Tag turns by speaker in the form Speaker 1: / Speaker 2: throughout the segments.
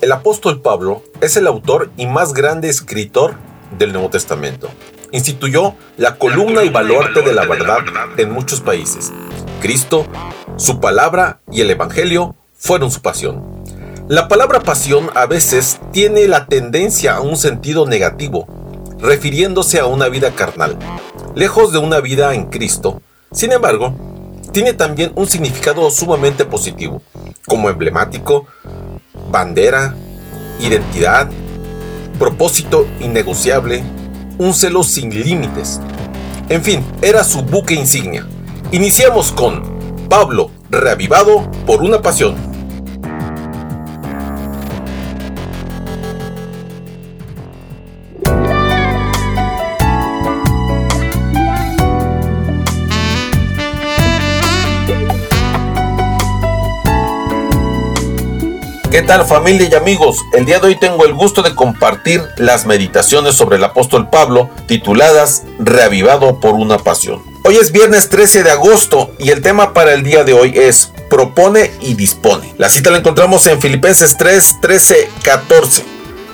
Speaker 1: El apóstol Pablo es el autor y más grande escritor del Nuevo Testamento. Instituyó la columna y baluarte de la verdad en muchos países. Cristo, su palabra y el Evangelio fueron su pasión. La palabra pasión a veces tiene la tendencia a un sentido negativo, refiriéndose a una vida carnal, lejos de una vida en Cristo. Sin embargo, tiene también un significado sumamente positivo, como emblemático, bandera, identidad, propósito innegociable, un celo sin límites. En fin, era su buque insignia. Iniciamos con Pablo, reavivado por una pasión. ¿Qué tal, familia y amigos? El día de hoy tengo el gusto de compartir las meditaciones sobre el apóstol Pablo, tituladas Reavivado por una pasión. Hoy es viernes 13 de agosto y el tema para el día de hoy es Propone y dispone. La cita la encontramos en Filipenses 3, 13, 14.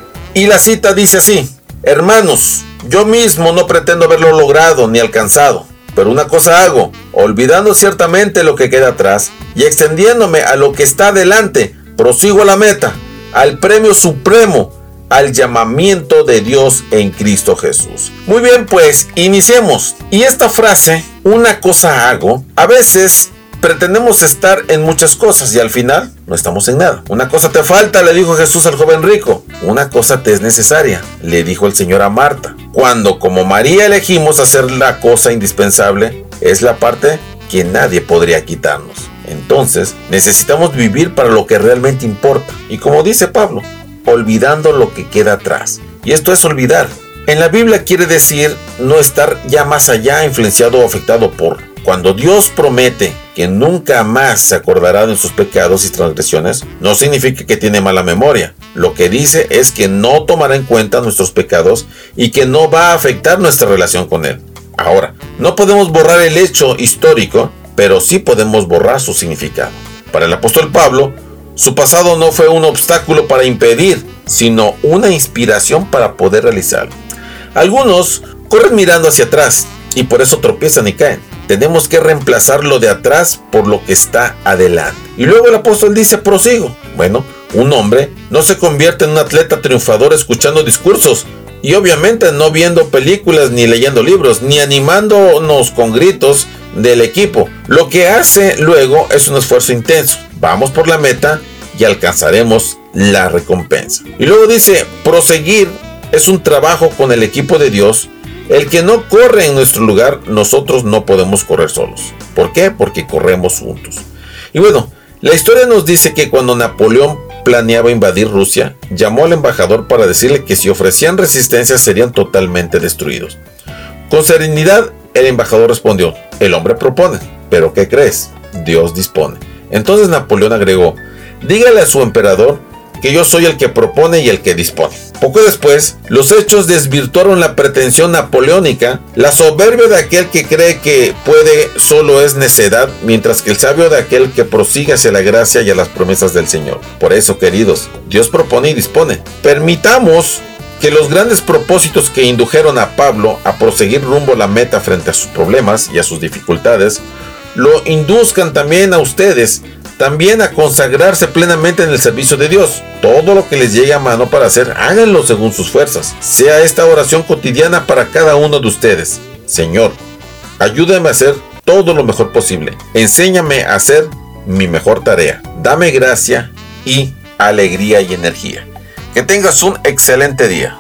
Speaker 1: Y la cita dice así: Hermanos, yo mismo no pretendo haberlo logrado ni alcanzado, pero una cosa hago, olvidando ciertamente lo que queda atrás y extendiéndome a lo que está adelante, prosigo a la meta, al premio supremo, al llamamiento de Dios en Cristo Jesús. Muy bien, pues iniciemos. Y esta frase, una cosa hago, a veces pretendemos estar en muchas cosas y al final no estamos en nada. Una cosa te falta, le dijo Jesús al joven rico. Una cosa te es necesaria, le dijo el Señor a Marta. Cuando como María elegimos hacer la cosa indispensable, es la parte que nadie podría quitarnos. Entonces, necesitamos vivir para lo que realmente importa. Y como dice Pablo, olvidando lo que queda atrás. Y esto es olvidar. En la Biblia quiere decir no estar ya más allá influenciado o afectado por. Cuando Dios promete que nunca más se acordará de sus pecados y transgresiones, no significa que tiene mala memoria. Lo que dice es que no tomará en cuenta nuestros pecados y que no va a afectar nuestra relación con Él. Ahora, no podemos borrar el hecho histórico, pero sí podemos borrar su significado. Para el apóstol Pablo, su pasado no fue un obstáculo para impedir, sino una inspiración para poder realizarlo. Algunos corren mirando hacia atrás y por eso tropiezan y caen. Tenemos que reemplazar lo de atrás por lo que está adelante. Y luego el apóstol dice, prosigo. Bueno, un hombre no se convierte en un atleta triunfador escuchando discursos, y obviamente no viendo películas, ni leyendo libros, ni animándonos con gritos del equipo. Lo que hace luego es un esfuerzo intenso. Vamos por la meta y alcanzaremos la recompensa. Y luego dice, proseguir es un trabajo con el equipo de Dios. El que no corre en nuestro lugar, nosotros no podemos correr solos. ¿Por qué? Porque corremos juntos. Y bueno, la historia nos dice que cuando Napoleón planeaba invadir Rusia, llamó al embajador para decirle que si ofrecían resistencia serían totalmente destruidos. Con serenidad, el embajador respondió, el hombre propone, pero ¿qué crees? Dios dispone. Entonces Napoleón agregó, dígale a su emperador que yo soy el que propone y el que dispone. Poco después, los hechos desvirtuaron la pretensión napoleónica. La soberbia de aquel que cree que puede solo es necedad, mientras que el sabio de aquel que prosigue hacia la gracia y a las promesas del Señor. Por eso, queridos, Dios propone y dispone. Permitamos que los grandes propósitos que indujeron a Pablo a proseguir rumbo a la meta frente a sus problemas y a sus dificultades, lo induzcan también a ustedes, también a consagrarse plenamente en el servicio de Dios. Todo lo que les llegue a mano para hacer, háganlo según sus fuerzas. Sea esta oración cotidiana para cada uno de ustedes. Señor, ayúdame a hacer todo lo mejor posible. Enséñame a hacer mi mejor tarea. Dame gracia y alegría y energía. Que tengas un excelente día.